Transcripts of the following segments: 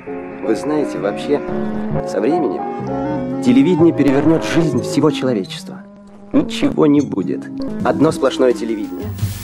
Вы знаете, вообще, со временем телевидение перевернет жизнь всего человечества. Ничего не будет. Одно сплошное телевидение.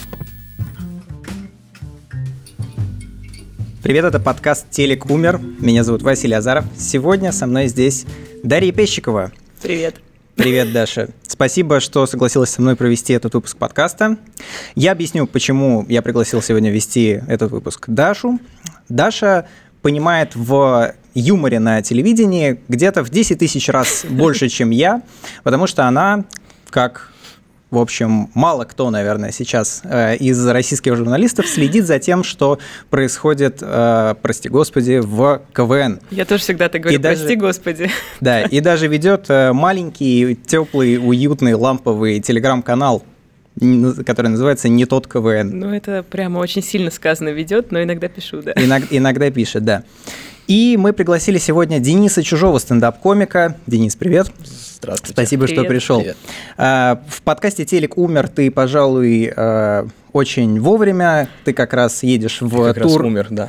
Привет, это подкаст «Телек умер». Меня зовут Василий Азаров. Сегодня со мной здесь Дарья Пещикова. Привет. Привет, Даша. Спасибо, что согласилась со мной провести этот выпуск подкаста. Я объясню, почему я пригласил сегодня вести этот выпуск Дашу. Даша понимает в юморе на телевидении где-то в 10 тысяч раз больше, чем я, потому что она, как, в общем, мало кто, наверное, сейчас из российских журналистов следит за тем, что происходит, прости господи, в КВН. Я тоже всегда так говорю, прости господи. Да, и даже ведет маленький, теплый, уютный, ламповый телеграм-канал, который называется «Не тот КВН». Ну, это прямо очень сильно сказано ведет, но иногда пишу, да. Иногда пишет, да. И мы пригласили сегодня Дениса Чужого, стендап-комика. Денис, привет. Здравствуйте. Спасибо, что пришел. Привет. В подкасте «Телек умер» ты, пожалуй, очень вовремя. Ты как раз едешь в тур. Как раз умер, да.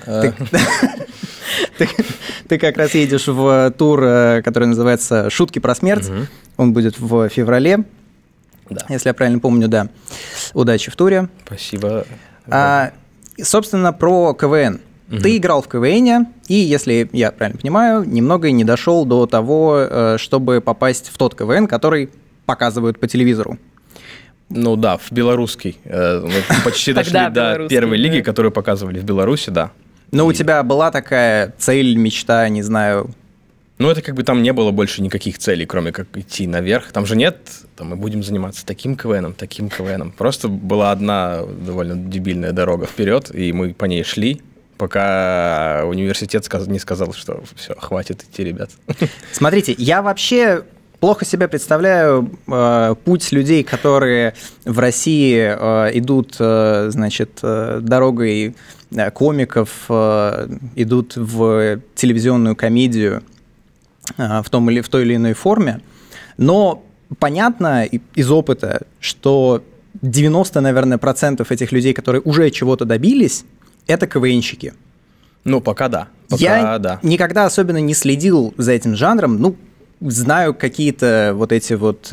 Ты как раз едешь в тур, который называется «Шутки про смерть». Он будет в феврале. Да. Если я правильно помню, да. Удачи в туре. Спасибо. Собственно, про КВН. Ты играл в КВНе, и, если я правильно понимаю, немного не дошел до того, чтобы попасть в тот КВН, который показывают по телевизору. Ну да, в белорусский. Мы почти дошли до первой лиги, которую показывали в Беларуси, да. Но у тебя была такая цель, мечта, не знаю... Ну, это как бы там не было больше никаких целей, кроме как идти наверх. Там же нет, там мы будем заниматься таким КВНом, таким КВНом. Просто была одна довольно дебильная дорога вперед, и мы по ней шли, пока университет не сказал, что все, хватит идти, ребят. Смотрите, я вообще плохо себе представляю путь людей, которые в России идут, значит, дорогой комиков, идут в телевизионную комедию, в той или иной форме, но понятно из опыта, что 90, наверное, процентов этих людей, которые уже чего-то добились, это КВНщики. Ну, пока да. Я никогда особенно не следил за этим жанром, ну, знаю какие-то вот эти вот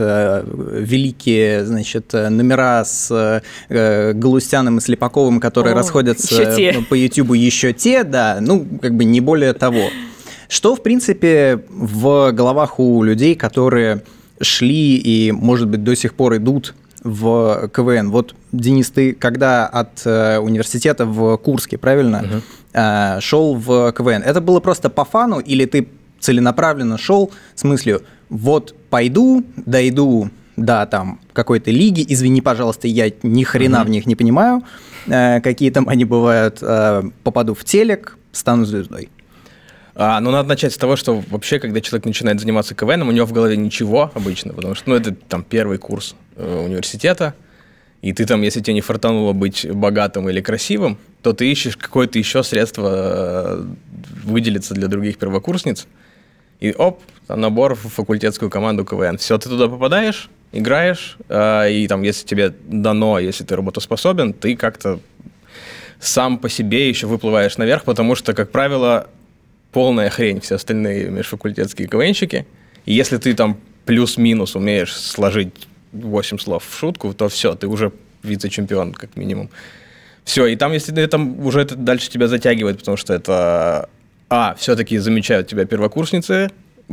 великие, значит, номера с Галустяном и Слепаковым, которые расходятся по Ютубу, еще те, да, ну, как бы не более того. Что, в принципе, в головах у людей, которые шли и, может быть, до сих пор идут в КВН? Вот, Денис, ты когда от университета в Курске, правильно, шел в КВН? Это было просто по фану или ты целенаправленно шел с мыслью, вот пойду, дойду до там какой-то лиги, извини, пожалуйста, я ни хрена в них не понимаю, какие там они бывают, попаду в телек, стану звездой? Ну, надо начать с того, что вообще, когда человек начинает заниматься КВНом, у него в голове ничего обычно, потому что, ну, это там первый курс университета, и ты там, если тебе не фартануло быть богатым или красивым, то ты ищешь какое-то еще средство выделиться для других первокурсниц, и оп, там набор в факультетскую команду КВН. Все, ты туда попадаешь, играешь, и там, если тебе дано, если ты работоспособен, ты как-то сам по себе еще выплываешь наверх, потому что, как правило, полная хрень все остальные межфакультетские КВНщики. И если ты там плюс-минус умеешь сложить 8 слов в шутку, то все, ты уже вице-чемпион, как минимум. Все, и там, если там уже это дальше тебя затягивает, потому что это, все-таки замечают тебя первокурсницы,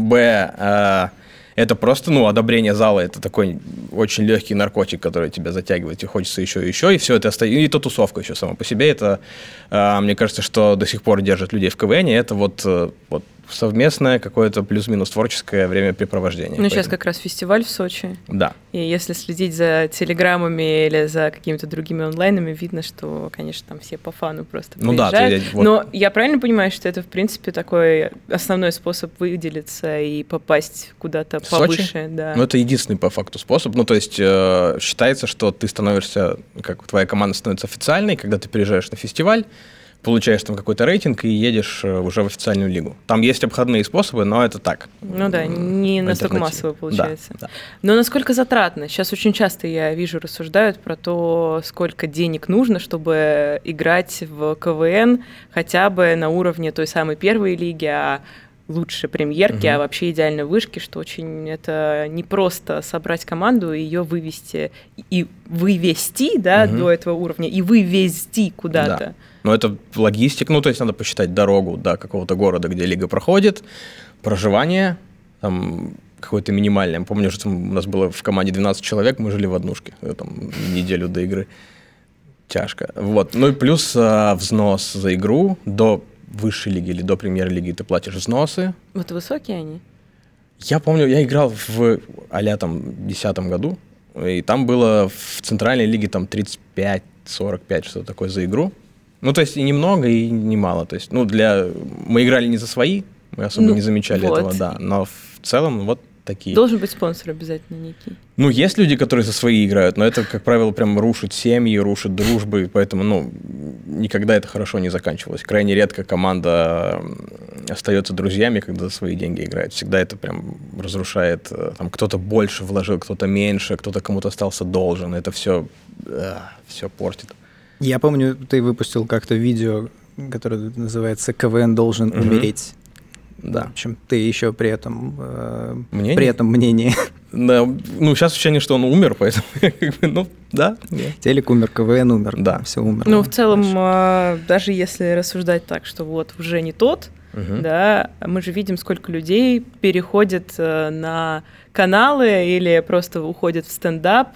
это просто, ну, одобрение зала, это такой очень легкий наркотик, который тебя затягивает, и хочется еще, и все это остается. И то тусовка еще сама по себе, это, мне кажется, что до сих пор держит людей в КВНе, это вот совместное какое-то плюс-минус творческое времяпрепровождение. Ну, сейчас как раз фестиваль в Сочи. Да. И если следить за телеграммами или за какими-то другими онлайнами, видно, что, конечно, там все по фану просто приезжают. Да, но я правильно понимаю, что это, в принципе, такой основной способ выделиться и попасть куда-то повыше? Сочи? Да. Ну, это единственный по факту способ. Ну, то есть считается, что ты становишься, как твоя команда становится официальной, когда ты приезжаешь на фестиваль, получаешь там какой-то рейтинг и едешь уже в официальную лигу. Там есть обходные способы, но это так. Ну да, не настолько массово получается. Да. Но насколько затратно? Сейчас очень часто я вижу, рассуждают про то, сколько денег нужно, чтобы играть в КВН хотя бы на уровне той самой первой лиги, а лучше премьерки, а вообще идеально вышки, что очень это не просто собрать команду и ее вывести и вывести, да, до этого уровня и вывести куда-то. Да. Но это логистика, ну то есть надо посчитать дорогу до какого-то города, где лига проходит, проживание, там какое-то минимальное. Я помню, что у нас было в команде 12 человек, мы жили в однушке, там неделю до игры. Тяжко. Вот. Ну и плюс взнос за игру до высшей лиги или до премьер-лиги ты платишь взносы. Вот высокие они? Я помню, я играл в а-ля там 2010 году, и там было в центральной лиге там 35-45, что-то такое за игру. Ну, то есть и немного, и немало. То есть, ну, мы играли не за свои, мы особо не замечали этого, да. Но в целом вот такие. Должен быть спонсор обязательно некий. Ну, есть люди, которые за свои играют, но это, как правило, прям рушит семьи, рушит дружбы, поэтому, ну, никогда это хорошо не заканчивалось. Крайне редко команда остается друзьями, когда за свои деньги играет. Всегда это прям разрушает. Там кто-то больше вложил, кто-то меньше, кто-то кому-то остался должен. Это все портит. Я помню, ты выпустил как-то видео, которое называется «КВН должен умереть». Да. В общем, ты еще при этом мнение. Да, ну, сейчас ощущение, что он умер, поэтому, ну, да. Телек умер, КВН умер, да. Все умерло. Ну, в целом, даже если рассуждать так, что вот уже не тот, да, мы же видим, сколько людей переходят на каналы или просто уходят в стендап.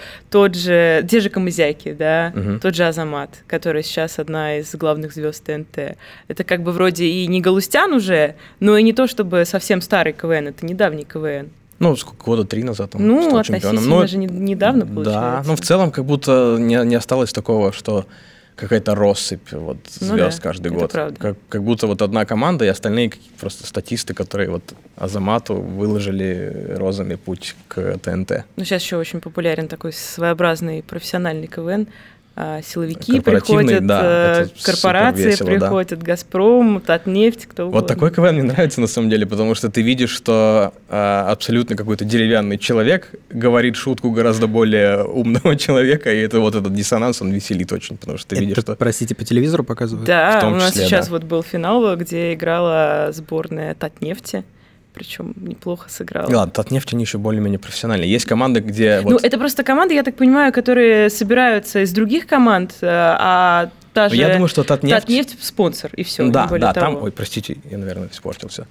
Те же Камызяки, да, тот же Азамат, который сейчас одна из главных звезд ТНТ. Это как бы вроде и не Галустян уже, но и не то чтобы совсем старый КВН, это недавний КВН. Ну, сколько, года 3 назад он стал чемпионом. Ну, относительно же недавно, получается. Да, но в целом как будто не осталось такого, что какая-то россыпь звезд каждый год. Как будто вот одна команда, и остальные просто статисты, которые вот Азамату выложили розами путь к ТНТ. Ну, сейчас еще очень популярен такой своеобразный профессиональный КВН. Силовики приходят, да, корпорации весело, приходят, да. «Газпром», «Татнефть», кто угодно. Вот такой КВН мне нравится на самом деле, потому что ты видишь, что абсолютно какой-то деревянный человек говорит шутку гораздо более умного человека, и это вот этот диссонанс, он веселит очень, потому что ты видишь, что... Простите, по телевизору показывают? Да, в том числе, у нас сейчас вот был финал, где играла сборная «Татнефти». Причем неплохо сыграла. Ладно, Татнефть, они еще более-менее профессиональные. Есть команды, где... Ну, это просто команды, я так понимаю, которые собираются из других команд, а та же... Я думаю, что Татнефть спонсор, и все. Да, там... Ой, простите, я, наверное, испортился.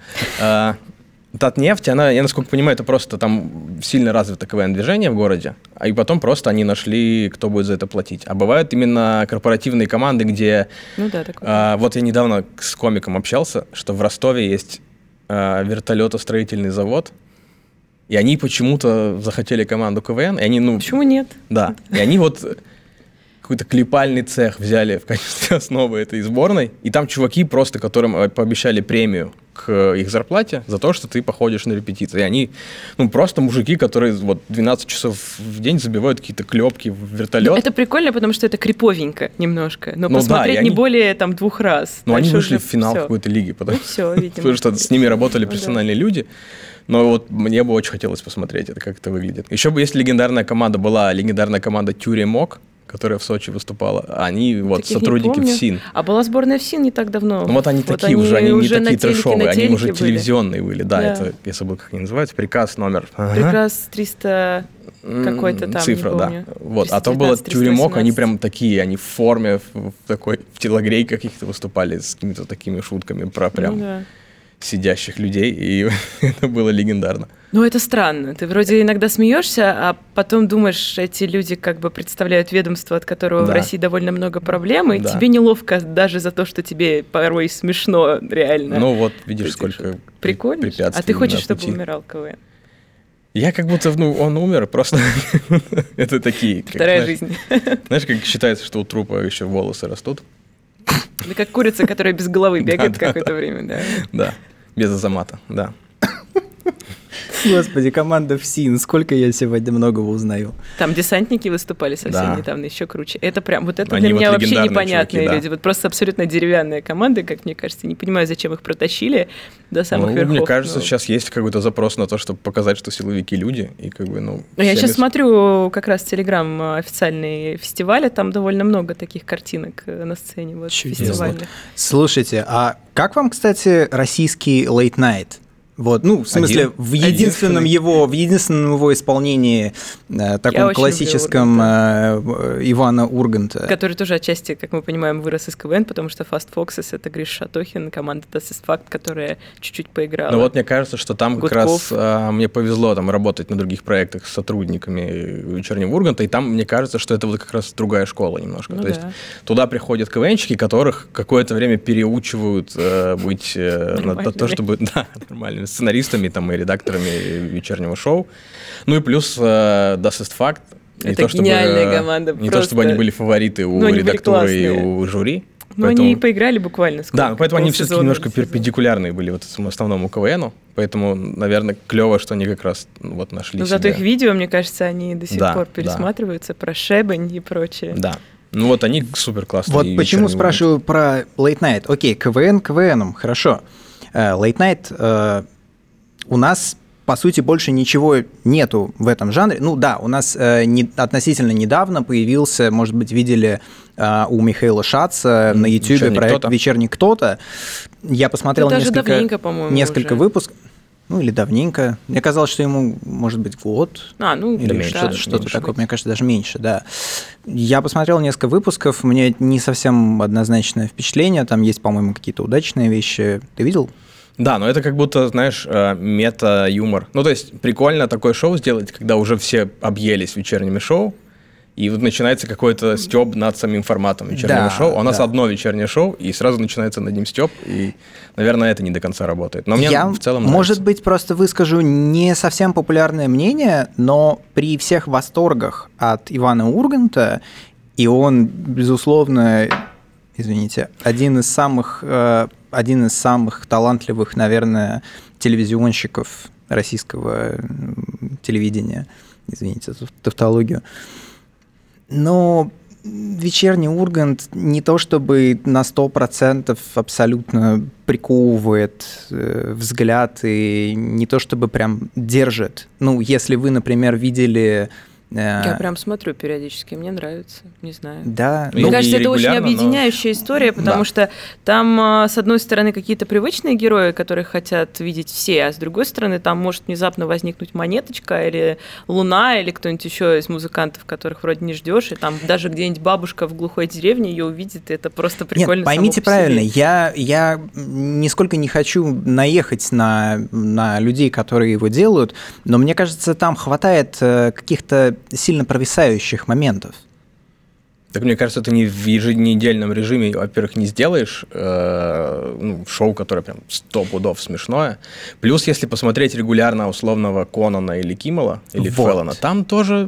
Татнефть, она, я насколько понимаю, это просто там сильно развито КВН-движение в городе, и потом просто они нашли, кто будет за это платить. А бывают именно корпоративные команды, где... Ну да, такое. Вот я недавно с комиком общался, что в Ростове есть вертолетостроительный завод, и они почему-то захотели команду КВН, и они, Почему нет? Да, и они вот какой-то клепальный цех взяли в качестве основы этой сборной, и там чуваки просто, которым пообещали премию к их зарплате за то, что ты походишь на репетиции. И они, просто мужики, которые вот 12 часов в день забивают какие-то клепки в вертолет. Это прикольно, потому что это криповенько немножко, но посмотреть не более 2 раз. Но они вышли в финал какой-то лиги, потому что с ними работали профессиональные люди. Но вот мне бы очень хотелось посмотреть, как это выглядит. Еще бы, если была легендарная команда Тюремок, которая в Сочи выступала, они вот сотрудники ФСИН. А была сборная ФСИН не так давно. Ну вот они такие уже, они не такие трэшовые, они уже телевизионные были. Да, это, я забыл, как они называются, приказ номер... Приказ 300 какой-то там, цифра, не помню. Да. Вот. А то было Тюремок, они прям такие, они в форме, в телогрейках каких-то выступали с какими-то такими шутками про прям сидящих людей, и это было легендарно. Ну, это странно. Ты вроде иногда смеешься, а потом думаешь, эти люди как бы представляют ведомство, от которого в России довольно много проблем, и тебе неловко даже за то, что тебе порой смешно реально. Ну вот, видишь, сколько препятствий. А ты хочешь, чтобы умирал КВН? Я как будто, он умер, просто это такие... Вторая жизнь. Знаешь, как считается, что у трупа еще волосы растут? Да как курица, которая без головы бегает какое-то время, да. Да, без Азамата, да. Господи, команда ФСИН, сколько я сегодня многого узнаю. Там десантники выступали совсем недавно, еще круче. Это прям, вот это Они для меня вот вообще непонятные чуваки, люди. Вот просто абсолютно деревянные команды, как мне кажется. Не понимаю, зачем их протащили до самых верхов. Мне кажется, сейчас есть какой-то запрос на то, чтобы показать, что силовики люди. И как бы, Я сейчас смотрю как раз Телеграм официальный фестиваля, там довольно много таких картинок на сцене вот, фестивальных. Слушайте, а как вам, кстати, российский Late Night? Вот, в смысле, в единственном его исполнении, таком классическом Ивана Урганта. Который тоже отчасти, как мы понимаем, вырос из КВН, потому что Fast Foxes — это Гриш Шатохин, команда Das ist Fakt, которая чуть-чуть поиграла. Ну вот мне кажется, что там Гудков. Как раз мне повезло там работать на других проектах с сотрудниками вечернего Урганта, и там мне кажется, что это вот как раз другая школа немножко. То есть туда приходят КВНщики, которых какое-то время переучивают быть на то, чтобы... Да, нормально. Сценаристами там, и редакторами вечернего шоу. Ну и плюс Das ist Fakt. Это гениальная команда. Не то, чтобы они были фавориты у редактуры и у жюри. Но поэтому... они поиграли буквально сколько. Да, поэтому они все-таки немножко перпендикулярные были вот основному КВНу. Поэтому, наверное, клево, что они как раз вот нашли себя. Зато их видео, мне кажется, они до сих пор пересматриваются про Шебень и прочее. Да. Ну вот они супер классные. Вот почему спрашиваю про Late Night. Окей, КВН КВНом, хорошо. Late Night... У нас, по сути, больше ничего нету в этом жанре. Ну да, у нас относительно недавно появился, может быть, видели у Михаила Шаца на Ютьюбе проект «Вечерний кто-то». Я посмотрел несколько выпусков. Ну, или давненько. Мне казалось, что ему, может быть, год. Или что-то такое. Мне кажется, даже меньше, да. Я посмотрел несколько выпусков, мне не совсем однозначное впечатление. Там есть, по-моему, какие-то удачные вещи. Ты видел? Да, но это как будто, знаешь, мета-юмор. Ну, то есть прикольно такое шоу сделать, когда уже все объелись вечерними шоу, и вот начинается какой-то стёб над самим форматом вечернего шоу. У нас одно вечернее шоу, и сразу начинается над ним стёб, и, наверное, это не до конца работает. Но мне в целом нравится. Может быть, просто выскажу не совсем популярное мнение, но при всех восторгах от Ивана Урганта, и он, безусловно, извините, один из самых талантливых, наверное, телевизионщиков российского телевидения. Извините за тавтологию. Но вечерний Ургант не то чтобы на 100% абсолютно приковывает взгляд и не то чтобы прям держит. Ну, если вы, например, видели... Я прям смотрю периодически, мне нравится, не знаю. Да. Мне кажется, это очень объединяющая история, потому что там, с одной стороны, какие-то привычные герои, которых хотят видеть все, а с другой стороны, там может внезапно возникнуть Монеточка или Луна, или кто-нибудь еще из музыкантов, которых вроде не ждешь, и там даже где-нибудь бабушка в глухой деревне ее увидит, и это просто прикольно. Нет, поймите правильно, я нисколько не хочу наехать на людей, которые его делают, но мне кажется, там хватает каких-то сильно провисающих моментов. Так мне кажется, ты не в еженедельном режиме, во-первых, не сделаешь шоу, которое прям 100 пудов смешное. Плюс, если посмотреть регулярно условного Конана или Киммела, или Феллона, там тоже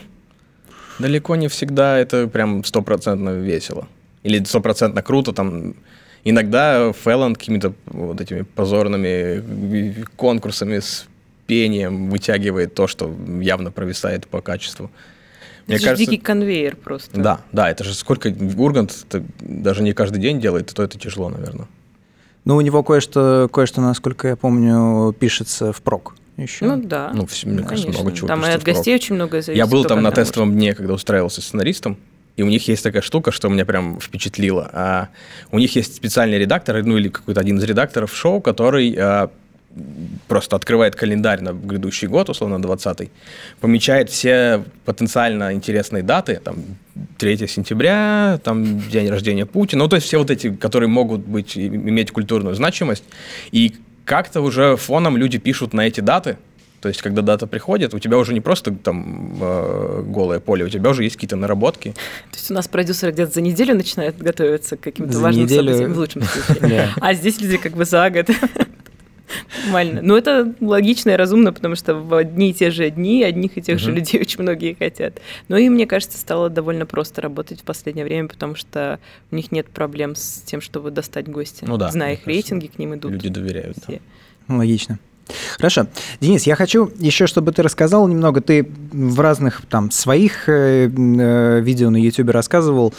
далеко не всегда это прям 100% весело. Или 100% круто. Там иногда Феллон какими-то вот этими позорными конкурсами с пением вытягивает то, что явно провисает по качеству. Мне это кажется, дикий конвейер просто. Да, это же сколько Ургант даже не каждый день делает, то это тяжело, наверное. Ну, у него кое-что, насколько я помню, пишется впрок еще. Ну, да. Мне кажется, много чего там и от гостей очень много зависит. Я был там на тестовом дне, когда устраивался сценаристом, и у них есть такая штука, что меня прям впечатлило. У них есть специальный редактор, или какой-то один из редакторов шоу, который просто открывает календарь на грядущий год, условно, 20-й, помечает все потенциально интересные даты, там, 3 сентября, там, день рождения Путина, то есть все вот эти, которые могут иметь культурную значимость, и как-то уже фоном люди пишут на эти даты, то есть, когда дата приходит, у тебя уже не просто там голое поле, у тебя уже есть какие-то наработки. То есть у нас продюсеры где-то за неделю начинают готовиться к каким-то важным событиям, в лучшем случае. А здесь люди как бы за год. Нормально. Но это логично и разумно, потому что в одни и те же дни одних и тех же людей очень многие хотят. Но и, мне кажется, стало довольно просто работать в последнее время, потому что у них нет проблем с тем, чтобы достать гостя. Ну да. Зная их рейтинги, к ним идут. Люди доверяют. Да. Логично. Хорошо. Денис, я хочу еще, чтобы ты рассказал немного, ты в разных там своих видео на YouTube рассказывал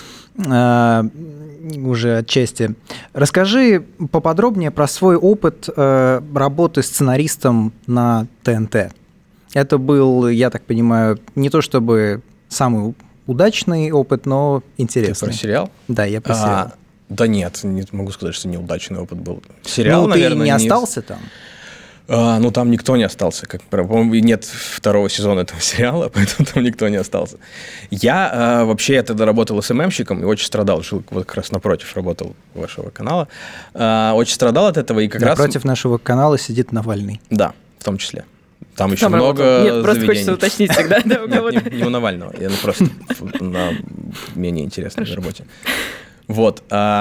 уже отчасти. Расскажи поподробнее про свой опыт работы сценаристом на ТНТ. Это был, я так понимаю, не то чтобы самый удачный опыт, но интересный. Ты про сериал? Да, я про сериал. Да нет, не могу сказать, что неудачный опыт был. Сериал, ты наверное, не остался там? Ну, там никто не остался. По-моему, нет второго сезона этого сериала, поэтому там никто не остался. Я вообще тогда работал СММщиком и очень страдал. Жил вот как раз напротив, работал вашего канала. Очень страдал от этого. И как напротив нашего канала сидит Навальный. Да, в том числе. Там еще много Нет, просто заведений. хочется уточнить всегда. Нет, не у Навального. Я просто на менее интересной работе. Вот.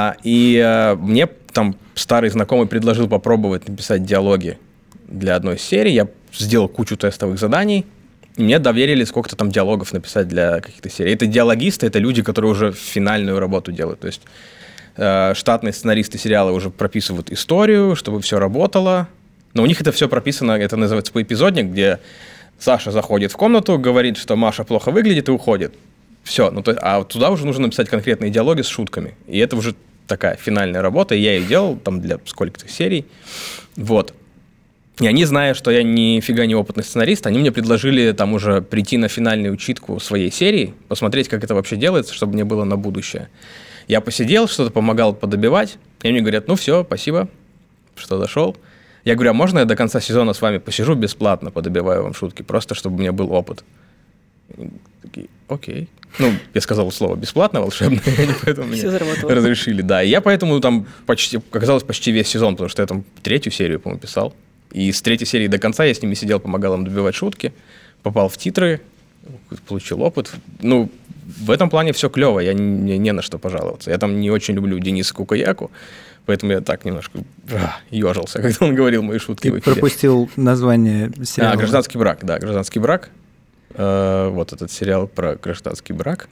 И мне там старый знакомый предложил попробовать написать диалоги для одной серии. Я сделал кучу тестовых заданий, и мне доверили сколько-то там диалогов написать для каких-то серий. Это диалогисты, это люди, которые уже финальную работу делают. То есть штатные сценаристы сериала уже прописывают историю, чтобы все работало. Но у них это все прописано, это называется поэпизодник, где Саша заходит в комнату, говорит, что Маша плохо выглядит, и уходит. Все. А туда уже нужно написать конкретные диалоги с шутками. И это уже такая финальная работа, и я их делал там для скольких-то серий. Вот. И они, зная, что я нифига не опытный сценарист, они мне предложили там уже прийти на финальную учитку своей серии, посмотреть, как это вообще делается, чтобы мне было на будущее. Я посидел, что-то помогал подобивать, и мне говорят, ну все, спасибо, что дошел. Я говорю, а можно я до конца сезона с вами посижу бесплатно, подобиваю вам шутки, просто чтобы у меня был опыт? И такие, окей. Ну, я сказал слово бесплатно, волшебное, поэтому мне разрешили. Да, и я поэтому там оказалось почти весь сезон, потому что я там 3-ю серию, по-моему, писал. И с 3-й серии до конца я с ними сидел, помогал им добивать шутки, попал в титры, получил опыт. Ну, в этом плане все клево, я не на что пожаловаться. Я там не очень люблю Дениса Кукаяку, поэтому я так немножко ежился, когда он говорил мои шутки в эфире. Ты пропустил название сериала. «Гражданский брак», да, «Гражданский брак». Вот этот сериал про гражданский брак,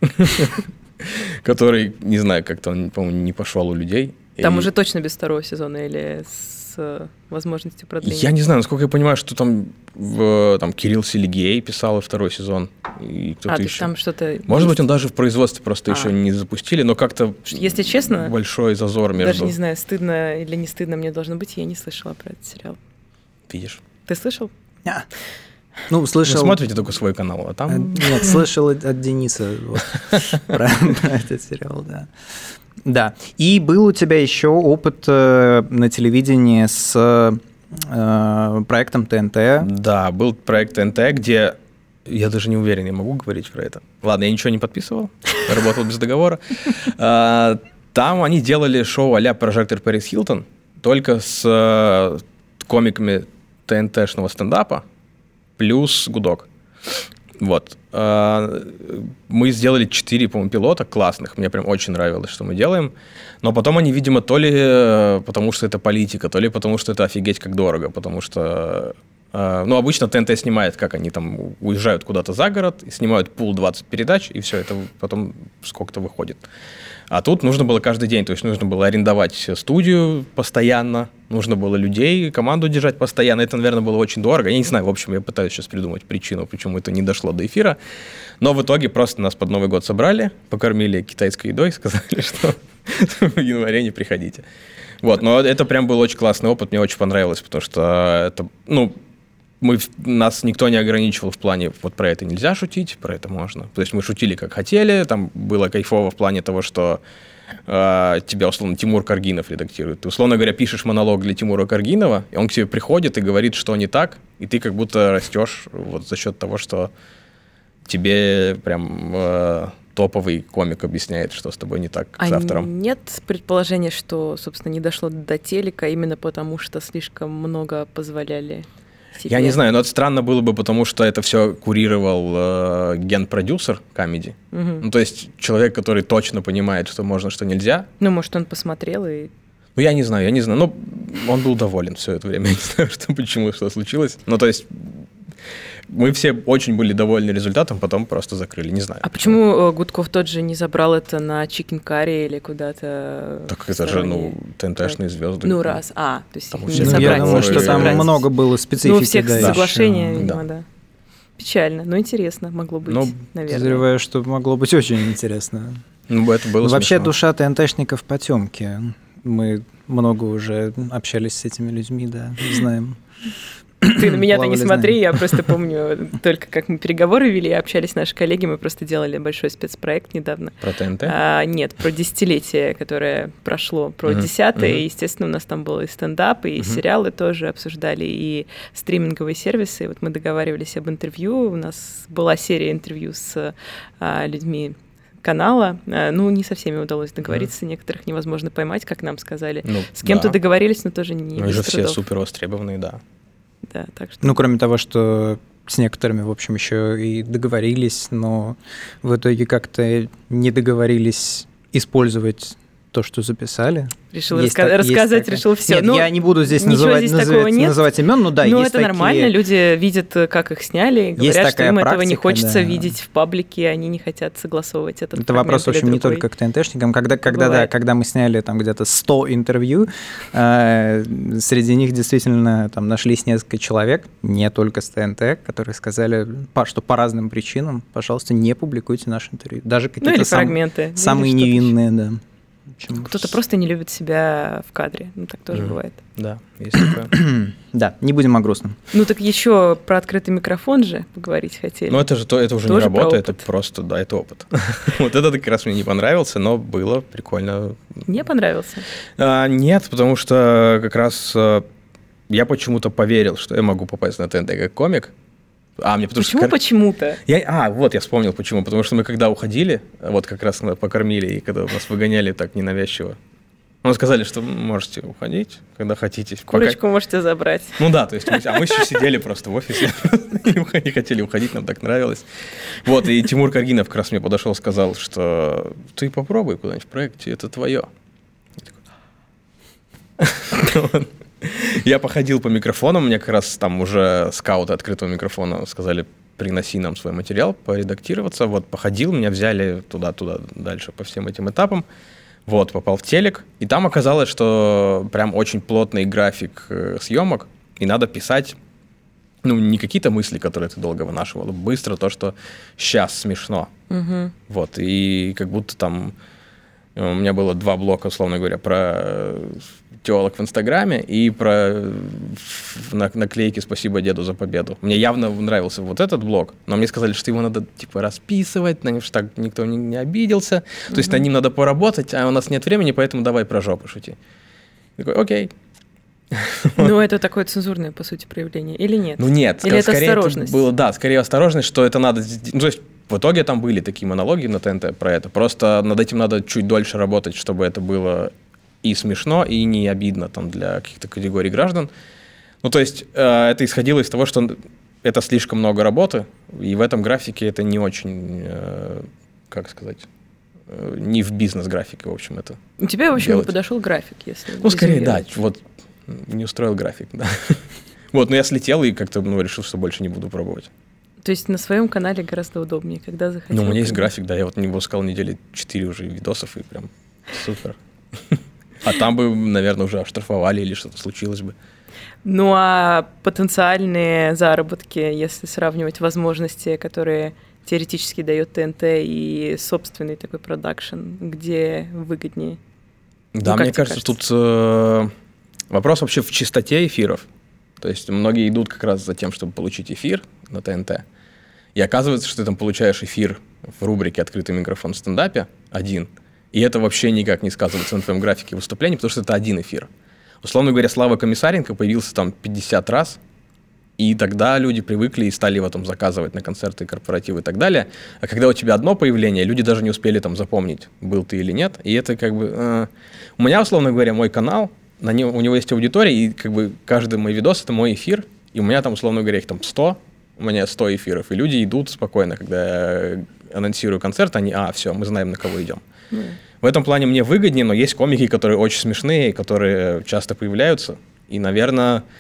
который, не знаю, как-то он, по-моему, не пошел у людей. Там уже точно без второго сезона или с возможностью продления? Я не знаю, насколько я понимаю, что там Кирилл Селигей писал второй сезон. И кто-то еще. Там что-то... Может быть, он даже в производстве просто еще не запустили, но как-то... Если честно, большой зазор между... Даже не знаю, стыдно или не стыдно мне должно быть, я не слышала про этот сериал. Видишь? Ты слышал? Нет. Ну, слышал... Вы смотрите только свой канал, а там... Нет, слышал от Дениса про этот сериал, да. Да, и был у тебя еще опыт на телевидении с проектом ТНТ. Да, был проект ТНТ, где... Я даже не уверен, я могу говорить про это. Ладно, я ничего не подписывал, работал без договора. Там они делали шоу а-ля «Прожектор Пэрис Хилтон», только с комиками ТНТ-шного стендапа, плюс гудок. Вот. Мы сделали 4, по-моему, пилота классных. Мне прям очень нравилось, что мы делаем. Но потом они, видимо, то ли потому, что это политика, то ли потому, что это офигеть как дорого. Потому что, обычно ТНТ снимает, как они там уезжают куда-то за город, и снимают пул 20 передач, и все это потом сколько-то выходит. А тут нужно было каждый день, то есть нужно было арендовать студию постоянно, нужно было людей, команду держать постоянно. Это, наверное, было очень дорого. Я не знаю, в общем, я пытаюсь сейчас придумать причину, почему это не дошло до эфира. Но в итоге просто нас под Новый год собрали, покормили китайской едой, сказали, что в январе не приходите. Вот, но это прям был очень классный опыт, мне очень понравилось, потому что это, нас никто не ограничивал в плане, вот про это нельзя шутить, про это можно. То есть мы шутили как хотели, там было кайфово в плане того, что тебя, условно, Тимур Каргинов редактирует. Ты, условно говоря, пишешь монолог для Тимура Каргинова, и он к тебе приходит и говорит, что не так, и ты как будто растешь вот за счет того, что тебе прям топовый комик объясняет, что с тобой не так с автором. А нет предположения, что, собственно, не дошло до телека именно потому, что слишком много позволяли себе? Я не знаю, но это странно было бы, потому что это все курировал ген-продюсер Comedy. Угу. То есть человек, который точно понимает, что можно, что нельзя. Может, он посмотрел и... Я не знаю. Но он был доволен все это время. Я не знаю, почему, что случилось. То есть мы все очень были довольны результатом, потом просто закрыли, не знаю. А почему Гудков тот же не забрал это на Chicken Curry или куда-то? Так это же, ТНТ-шные звезды. То есть там их все не собрать. Я думаю, что там собрать. много было специфики. У всех соглашения, еще. видимо, да. Печально, но интересно могло быть, наверное. Подозреваю, что могло быть очень интересно. Это было Вообще смешно. душа ТНТшников потемки. Мы много уже общались с этими людьми, да, знаем. Ты на меня-то не Плавали, смотри, знаем. я просто помню, только как мы переговоры вели, общались наши коллеги, мы просто делали большой спецпроект недавно. Про ТНТ? Нет, про десятилетие, которое прошло, про 10-е, и, естественно, у нас там был и стендап, и сериалы тоже обсуждали, и стриминговые сервисы. Вот мы договаривались об интервью, у нас была серия интервью с людьми канала. Не со всеми удалось договориться, некоторых невозможно поймать, как нам сказали. С кем-то договорились, но тоже не без же трудов. все супер востребованные, да. Да, так что... Кроме того, что с некоторыми, в общем, еще и договорились, но в итоге как-то не договорились использовать то, что записали. Решил рассказать, решил все. Нет, я не буду здесь называть имен, но да, есть это такие... нормально, люди видят, как их сняли, и говорят, что им этого не хочется видеть в паблике, они не хотят согласовывать этот Это вопрос, в общем, не только к ТНТшникам. Когда мы сняли там где-то 100 интервью, среди них действительно там нашлись несколько человек, не только с ТНТ, которые сказали, что по разным причинам, пожалуйста, не публикуйте наши интервью. Даже какие-то фрагменты. Самые невинные, да. Кто-то просто не любит себя в кадре. Так тоже бывает. Да, есть такое. Да, не будем о грустном. Так еще про открытый микрофон же поговорить хотели. Это уже не работа, это просто, да, это опыт. Вот это как раз мне не понравился, но было прикольно. Не понравился? Нет, потому что как раз я почему-то поверил, что я могу попасть на ТНТ как комик. Почему почему-то? Я вспомнил почему. Потому что мы когда уходили, вот как раз покормили, и когда нас выгоняли так ненавязчиво, нам сказали, что можете уходить, когда хотите. Курочку можете забрать. То есть мы еще сидели просто в офисе, не хотели уходить, нам так нравилось. Вот, и Тимур Каргинов как раз мне подошел, сказал, что ты попробуй куда-нибудь в проекте, это твое. Я походил по микрофонам, мне как раз там уже скауты открытого микрофона сказали, приноси нам свой материал, поредактироваться. Вот, походил, меня взяли туда-туда дальше по всем этим этапам. Вот, попал в телек, и там оказалось, что прям очень плотный график съемок, и надо писать, не какие-то мысли, которые ты долго вынашивал, а быстро то, что сейчас смешно. Вот, и как будто там у меня было 2 блока, условно говоря, про телок в Инстаграме и про наклейки «Спасибо деду за победу». Мне явно нравился вот этот блок, но мне сказали, что его надо расписывать, на него так никто не обиделся, то есть над ним надо поработать, а у нас нет времени, поэтому давай про жопу шути. Такой, окей. Это такое цензурное, по сути, проявление, или нет? Нет, или это скорее осторожность? Это было, скорее осторожность, что это надо... то есть в итоге там были такие монологи на ТНТ про это, просто над этим надо чуть дольше работать, чтобы это было и смешно, и не обидно там для каких-то категорий граждан. То есть это исходило из того, что это слишком много работы, и в этом графике это не очень, как сказать, не в бизнес-графике, в общем, это. У тебя, в общем, делать. Не подошел график, если... скорее, да, вот не устроил график, да. Но я слетел и как-то решил, что больше не буду пробовать. То есть на своем канале гораздо удобнее, когда захотел. У меня есть график, да, я не выпускал недели 4 уже видосов, и прям супер. А там бы, наверное, уже оштрафовали или что-то случилось бы. А потенциальные заработки, если сравнивать возможности, которые теоретически дает ТНТ, и собственный такой продакшн, где выгоднее? Да, мне кажется, тут вопрос вообще в чистоте эфиров. То есть многие идут как раз за тем, чтобы получить эфир на ТНТ. И оказывается, что ты там получаешь эфир в рубрике «Открытый микрофон» в стендапе один, и это вообще никак не сказывается на твоем графике выступлений, потому что это один эфир. Условно говоря, Слава Комиссаренко появился там 50 раз, и тогда люди привыкли и стали его там заказывать на концерты, корпоративы и так далее. А когда у тебя одно появление, люди даже не успели там запомнить, был ты или нет. И это как бы... У меня, условно говоря, мой канал, у него есть аудитория, и как бы каждый мой видос — это мой эфир, и у меня там, условно говоря, их там 100, у меня 100 эфиров, и люди идут спокойно, когда я анонсирую концерт, они, все, мы знаем, на кого идем. В этом плане мне выгоднее, но есть комики, которые очень смешные, которые часто появляются, и, наверное,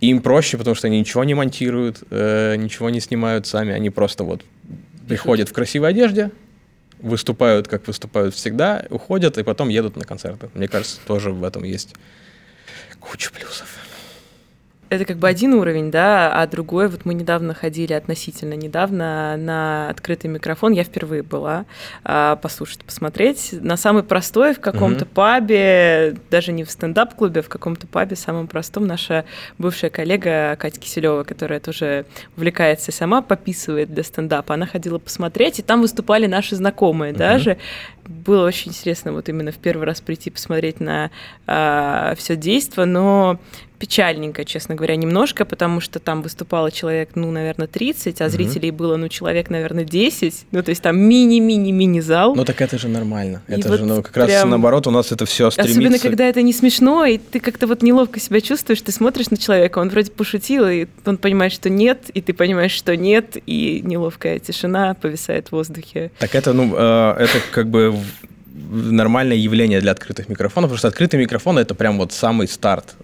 И им проще, потому что они ничего не монтируют, ничего не снимают сами, они просто вот приходят в красивой одежде, выступают, как выступают всегда, уходят и потом едут на концерты. Мне кажется, тоже в этом есть куча плюсов. Это как бы один уровень, да, а другой, вот мы недавно ходили, относительно недавно, на открытый микрофон, я впервые была, послушать, посмотреть, на самый простой в каком-то пабе, даже не в стендап-клубе, а в каком-то пабе, самом простом, наша бывшая коллега Катя Киселева, которая тоже увлекается и сама пописывает для стендапа, она ходила посмотреть, и там выступали наши знакомые даже. Было очень интересно вот именно в первый раз прийти посмотреть на все действо, но печальненько, честно говоря, немножко, потому что там выступало человек, ну, наверное, 30, а зрителей было, ну, человек, наверное, 10. Ну, то есть там мини-мини-мини-зал. Ну, так это же нормально. И это вот же, ну, как раз наоборот, у нас это все стремится. Особенно, когда это не смешно, и ты как-то вот неловко себя чувствуешь, ты смотришь на человека, он вроде пошутил, и он понимает, что нет, и ты понимаешь, что нет, и неловкая тишина повисает в воздухе. Так это, ну, это как бы нормальное явление для открытых микрофонов, потому что открытый микрофон — это прям вот самый старт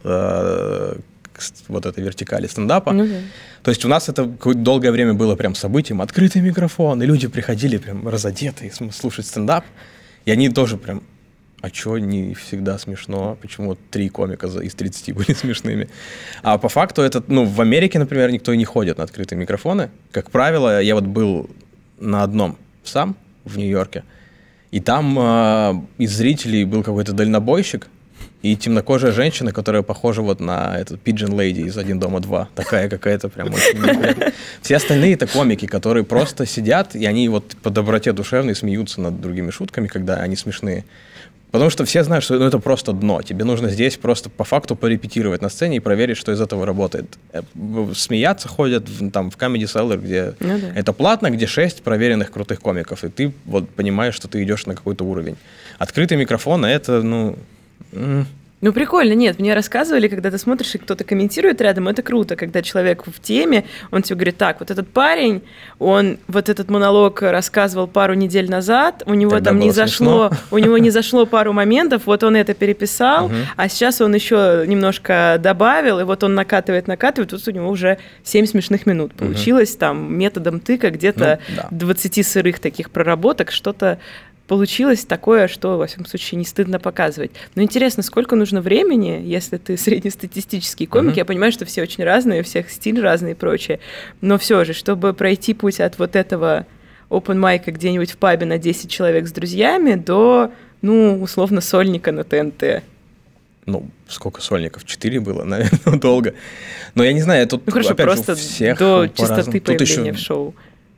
вот этой вертикали стендапа. Ну, да. То есть у нас это какое-то долгое время было прям событием, открытый микрофон, и люди приходили прям разодетые слушать стендап, и они тоже прям, а чё не всегда смешно, почему 3 комика из 30 были смешными. А по факту это, ну, в Америке, например, никто и не ходит на открытые микрофоны. Как правило, я вот был на одном сам в Нью-Йорке, и там из зрителей был какой-то дальнобойщик и темнокожая женщина, которая похожа вот на эту Pigeon Lady из «Один дома 2». Такая какая-то прям очень неприятная. Все остальные — это комики, которые просто сидят, и они вот по доброте душевной смеются над другими шутками, когда они смешные. Потому что все знают, что ну, это просто дно. Тебе нужно здесь просто по факту порепетировать на сцене и проверить, что из этого работает. Смеяться ходят там, в Comedy Cellar, где это платно, где 6 проверенных крутых комиков. И ты вот понимаешь, что ты идешь на какой-то уровень. Открытый микрофон — это, ну... Ну, прикольно, нет, мне рассказывали, когда ты смотришь, и кто-то комментирует рядом, это круто, когда человек в теме, он тебе говорит, так, вот этот парень, он вот этот монолог рассказывал пару недель назад, у него тогда там не смешно. зашло, у него не зашло пару моментов, вот он это переписал, а сейчас он еще немножко добавил, и вот он накатывает, тут у него уже 7 смешных минут получилось, там, методом тыка где-то 20 сырых таких проработок, что-то получилось такое, что, во всяком случае, не стыдно показывать. Но интересно, сколько нужно времени, если ты среднестатистический комик, я понимаю, что все очень разные, у всех стиль разный и прочее, но все же, чтобы пройти путь от вот этого open-майка где-нибудь в пабе на 10 человек с друзьями до, ну, условно, сольника на ТНТ. Ну, сколько сольников? 4 было, наверное, долго. Но я не знаю, тут, ну, хорошо, опять просто же, у всех до по-разному. частоты появления еще... в шоу.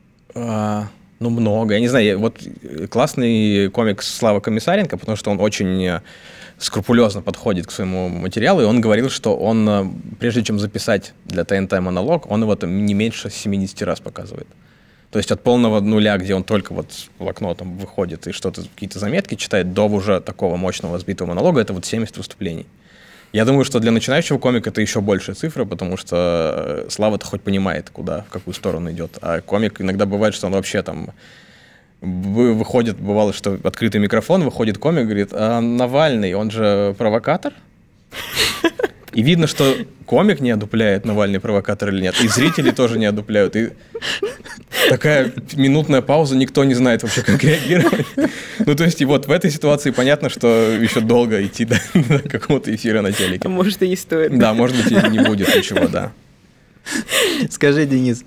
Ну, много. Я не знаю, вот классный комик Слава Комиссаренко, потому что он очень скрупулезно подходит к своему материалу, и он говорил, что он, прежде чем записать для ТНТ монолог, он его там не меньше 70 раз показывает. То есть от полного нуля, где он только вот с блокнотом выходит и что-то, какие-то заметки читает, до уже такого мощного сбитого монолога, это вот 70 выступлений. Я думаю, что для начинающего комика это еще большая цифра, потому что Слава-то хоть понимает, куда, в какую сторону идет. А комик иногда бывает, что он вообще там выходит, бывало, что открытый микрофон, выходит комик, говорит, а Навальный, он же провокатор? И видно, что комик не одупляет, Навальный провокатор или нет, и зрители тоже не одупляют. И такая минутная пауза, никто не знает вообще, как реагировать. Ну, то есть, и вот в этой ситуации понятно, что еще долго идти до какого-то эфира на телеке. А может, и не стоит. Да, может быть, и не будет ничего, да. Скажи, Денис,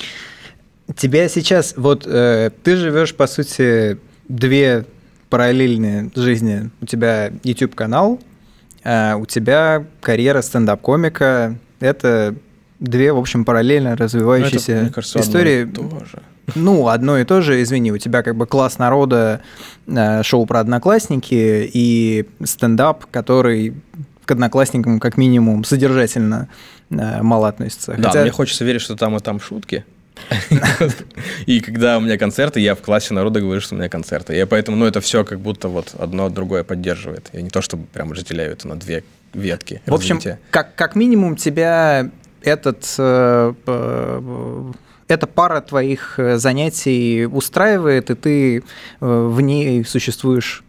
тебя сейчас, вот ты живешь, по сути, 2 параллельные жизни. У тебя YouTube-канал, у тебя карьера стендап-комика. Это 2, в общем, параллельно развивающиеся это, мне кажется, истории. Одно и то же. Ну, одно и то же, извини, у тебя как бы «Класс народа», шоу про одноклассники и стендап, который к одноклассникам как минимум содержательно мало относится. Да, мне хочется верить, что там и там шутки. И когда у меня концерты, я в «Классе народа» говорю, что у меня концерты. И поэтому, ну, это все как будто вот одно другое поддерживает. Я не то, чтобы прям разделяю это на 2 ветки в общем, развития. как минимум тебя эта пара твоих занятий устраивает, и ты в ней существуешь,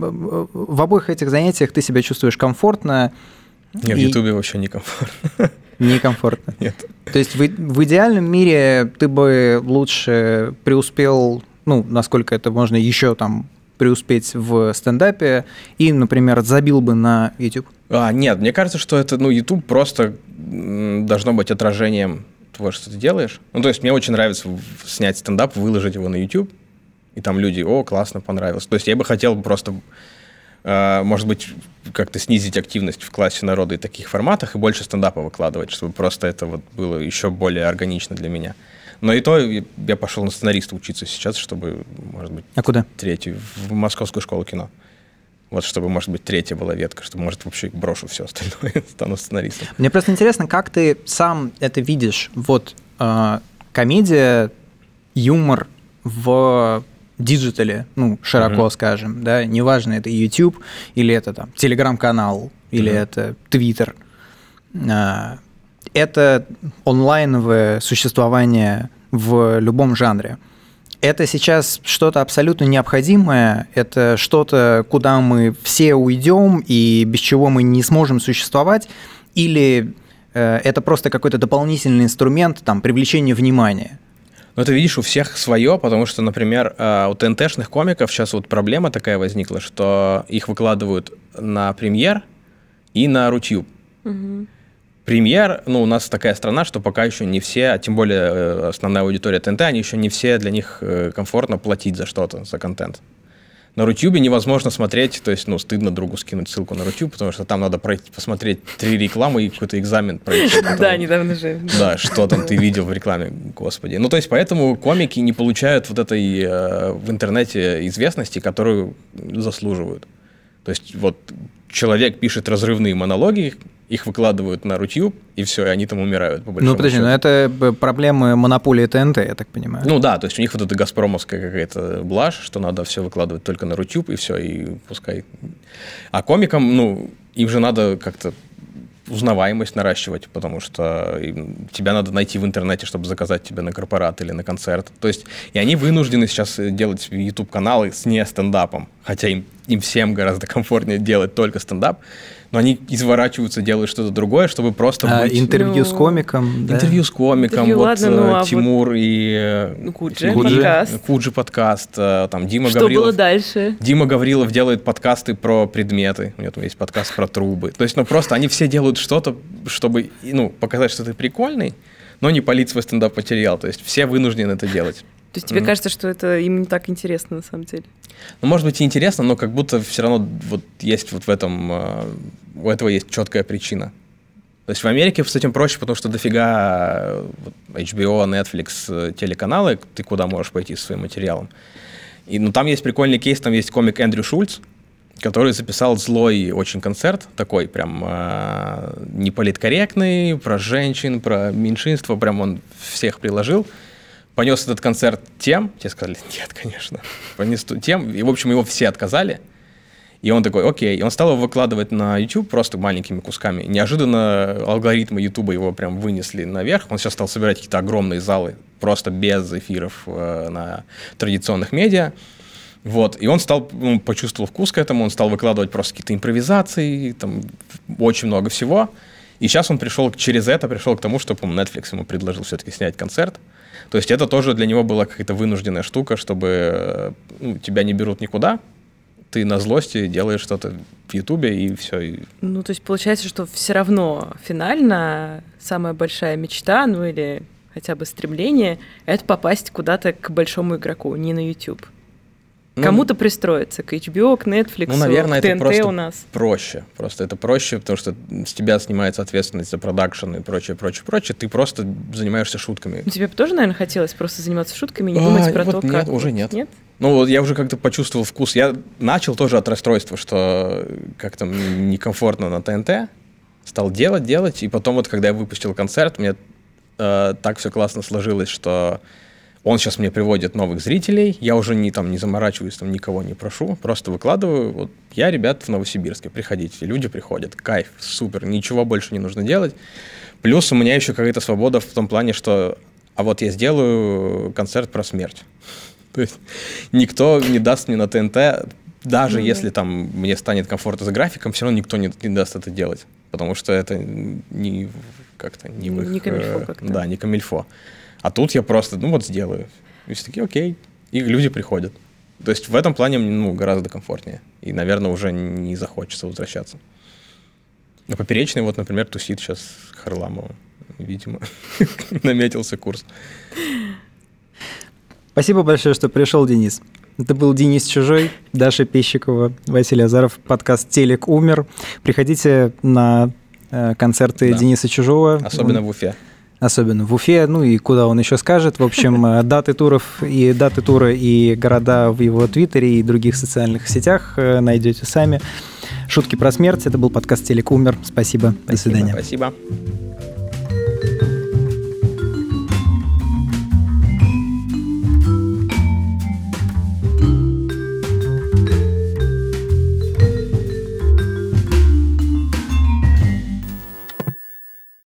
в обоих этих занятиях ты себя чувствуешь комфортно. Мне в Ютубе вообще некомфортно. Некомфортно. Нет. То есть в идеальном мире ты бы лучше преуспел, ну, насколько это можно еще там преуспеть в стендапе и, например, забил бы на YouTube? Нет, мне кажется, что это, YouTube просто должно быть отражением того, что ты делаешь. То есть мне очень нравится снять стендап, выложить его на YouTube, и там люди, классно, понравилось. То есть я бы хотел просто, может быть, как-то снизить активность в классе народа и таких форматах, и больше стендапа выкладывать, чтобы просто это вот было еще более органично для меня. Но и то я пошел на сценариста учиться сейчас, чтобы, может быть... А куда? Третью, в Московскую школу кино. Вот, чтобы, может быть, третья была ветка, чтобы, может, вообще брошу все остальное, стану сценаристом. Мне просто интересно, как ты сам это видишь. Вот комедия, юмор в диджитале, широко скажем, да, неважно, это YouTube, или это там Telegram-канал, или это Twitter. Это онлайновое существование в любом жанре. Это сейчас что-то абсолютно необходимое, это что-то, куда мы все уйдем и без чего мы не сможем существовать, или это просто какой-то дополнительный инструмент там, привлечения внимания? Ну, ты видишь, у всех свое, потому что, например, у ТНТ-шных комиков сейчас вот проблема такая возникла, что их выкладывают на Премьер и на Рутюб. Премьер, у нас такая страна, что пока еще не все, а тем более основная аудитория ТНТ, они еще не все, для них комфортно платить за что-то, за контент. На Рутюбе невозможно смотреть, то есть, стыдно другу скинуть ссылку на Рутюб, потому что там надо посмотреть 3 рекламы и какой-то экзамен пройти. Да, недавно же. Да, что там ты видел в рекламе, господи. То есть, поэтому комики не получают вот этой в интернете известности, которую заслуживают. То есть, вот человек пишет разрывные монологи, их выкладывают на Рутюб, и все, и они там умирают, по большому подожди, счету. это проблемы монополии ТНТ, я так понимаю. Да, то есть у них вот эта газпромовская какая-то блажь, что надо все выкладывать только на Рутюб, и все, и пускай. А комикам, им же надо как-то узнаваемость наращивать, потому что тебя надо найти в интернете, чтобы заказать тебя на корпорат или на концерт. То есть, и они вынуждены сейчас делать YouTube-каналы с не стендапом, хотя им всем гораздо комфортнее делать только стендап, но они изворачиваются, делают что-то другое, чтобы просто быть... Интервью с комиком. Да? Интервью с комиком, интервью, ладно, Тимур и... Куджи подкаст. Там Дима что Гаврилов. Было дальше? Дима Гаврилов делает подкасты про предметы. У него там есть подкаст про трубы. То есть, просто они все делают что-то, чтобы, показать, что ты прикольный, но не палить свой стендап-материал. То есть, все вынуждены это делать. То есть тебе кажется, что это им не так интересно на самом деле? Может быть и интересно, но как будто все равно вот есть вот в этом, у этого есть четкая причина. То есть в Америке с этим проще, потому что дофига HBO, Netflix, телеканалы, ты куда можешь пойти со своим материалом. И, там есть прикольный кейс, там есть комик Эндрю Шульц, который записал злой очень концерт, такой прям неполиткорректный, про женщин, про меньшинство, прям он всех приложил. Понес этот концерт тем, те сказали, нет, конечно, понес тем, и, в общем, его все отказали, и он такой, окей, и он стал его выкладывать на YouTube просто маленькими кусками, неожиданно алгоритмы YouTube его прям вынесли наверх, он сейчас стал собирать какие-то огромные залы, просто без эфиров на традиционных медиа, вот, и он почувствовал вкус к этому, он стал выкладывать просто какие-то импровизации, там, очень много всего, и сейчас он через это пришел к тому, что, по-моему, Netflix ему предложил все-таки снять концерт. То есть это тоже для него была какая-то вынужденная штука, чтобы тебя не берут никуда, ты на злости делаешь что-то в Ютубе и все. То есть получается, что все равно финально самая большая мечта, или хотя бы стремление, это попасть куда-то к большому игроку, не на YouTube. Кому-то пристроиться, к HBO, к Netflix, наверное, к ТНТ это просто у нас. проще. Просто это проще, потому что с тебя снимается ответственность за продакшн и прочее. Ты просто занимаешься шутками. Тебе бы тоже, наверное, хотелось просто заниматься шутками и не думать про то, как... Нет, уже нет. Нет? Я уже как-то почувствовал вкус. Я начал тоже от расстройства, что как-то некомфортно на ТНТ. Стал делать. И потом когда я выпустил концерт, мне так все классно сложилось, что... Он сейчас мне приводит новых зрителей, я уже не заморачиваюсь, никого не прошу, просто выкладываю. Вот я, ребят, в Новосибирске, приходите, люди приходят, кайф, супер, ничего больше не нужно делать. Плюс у меня еще какая-то свобода в том плане, что я сделаю концерт про смерть. То есть никто не даст мне на ТНТ, даже если мне станет комфортно с графиком, все равно никто не даст это делать, потому что это не как-то, не в их... Не камильфо как-то. Да, не камильфо. А тут я просто, сделаю. И все такие, окей. И люди приходят. То есть в этом плане мне гораздо комфортнее. И, наверное, уже не захочется возвращаться. А Поперечный, вот, например, тусит сейчас с Харламовым. Видимо, наметился курс. Спасибо большое, что пришел, Денис. Это был Денис Чужой, Даша Пещикова, Василий Азаров, подкаст «Телек умер». Приходите на концерты Дениса Чужого. Особенно в Уфе. Особенно в Уфе, и куда он еще скажет. В общем, даты тура и города в его твиттере и других социальных сетях найдете сами. Шутки про смерть. Это был подкаст «Телек умер». Спасибо. До свидания. Спасибо.